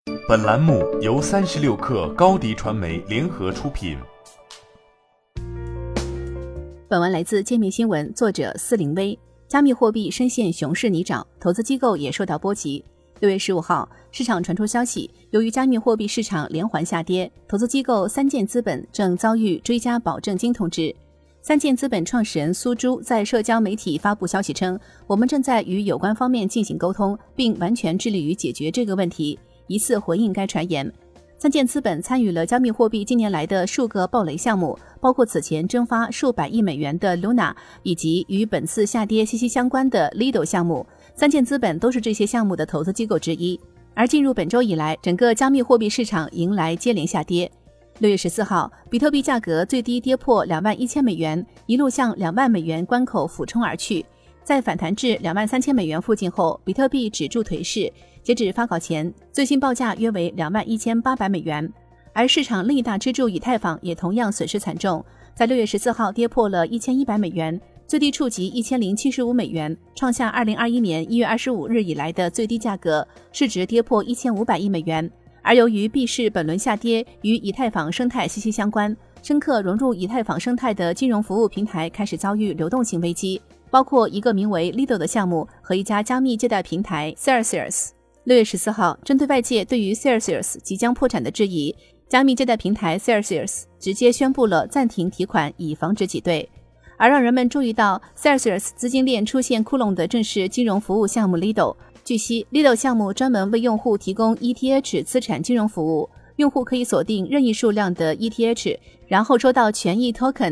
本栏目由36氪高迪传媒联合出品。 本文来自界面新闻，作者思凌微。加密货币深陷熊市泥沼，投资机构也受到波及。6月15号，市场传出消息，由于加密货币市场连环下跌，投资机构三箭资本正遭遇追加保证金通知。三箭资本创始人苏朱在社交媒体发布消息称，我们正在与有关方面进行沟通，并完全致力于解决这个问题，疑似回应该传言。三箭资本参与了加密货币近年来的数个暴雷项目，包括此前蒸发数百亿美元的 Luna， 以及与本次下跌息息相关的 Lido 项目。三箭资本都是这些项目的投资机构之一。而进入本周以来，整个加密货币市场迎来接连下跌。6月14号，比特币价格最低跌破21000美元，一路向2万美元关口俯冲而去。在反弹至23000美元附近后，比特币止住颓势。截止发稿前，最新报价约为21800美元。而市场另一大支柱以太坊也同样损失惨重，在6月14号跌破了1100美元，最低触及1075美元，创下2021年1月25日以来的最低价格，市值跌破1500亿美元。而由于币市本轮下跌与以太坊生态息息相关，深刻融入以太坊生态的金融服务平台开始遭遇流动性危机，包括一个名为 Lido 的项目和一家加密借贷平台 Celsius。6月14号，针对外界对于 Celsius 即将破产的质疑，加密借贷平台 Celsius 直接宣布了暂停提款，以防止挤兑。而让人们注意到 Celsius 资金链出现窟窿的正是金融服务项目 Lido。据悉 Lido 项目专门为用户提供 ETH 资产金融服务，用户可以锁定任意数量的 ETH， 然后收到权益 Token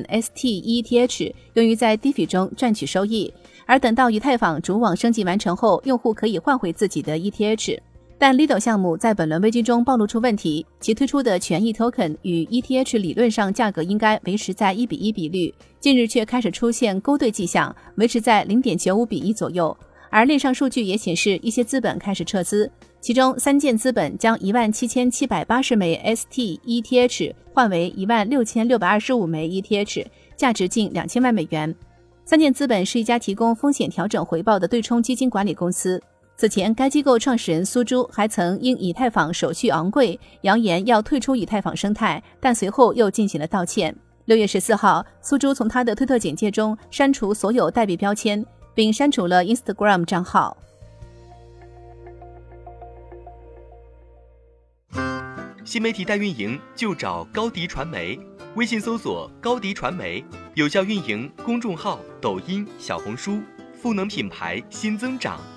STETH， 用于在 DeFi 中赚取收益。而等到以太坊主网升级完成后，用户可以换回自己的 ETH。 但 Lido 项目在本轮危机中暴露出问题，其推出的权益 Token 与 ETH 理论上价格应该维持在1:1比率，近日却开始出现勾兑迹象，维持在 0.95比1左右。而链上数据也显示一些资本开始撤资，其中三箭资本将17780枚 STETH 换为16625枚 ETH， 价值近2000万美元。三箭资本是一家提供风险调整回报的对冲基金管理公司。此前该机构创始人苏朱还曾因以太坊手续昂贵，扬言要退出以太坊生态，但随后又进行了道歉。6月14号，苏朱从他的推特简介中删除所有代币标签，并删除了 Instagram 账号。 新媒体代运营就找高迪传媒，微信搜索高迪传媒，有效运营公众号、抖音、小红书，赋能品牌新增长。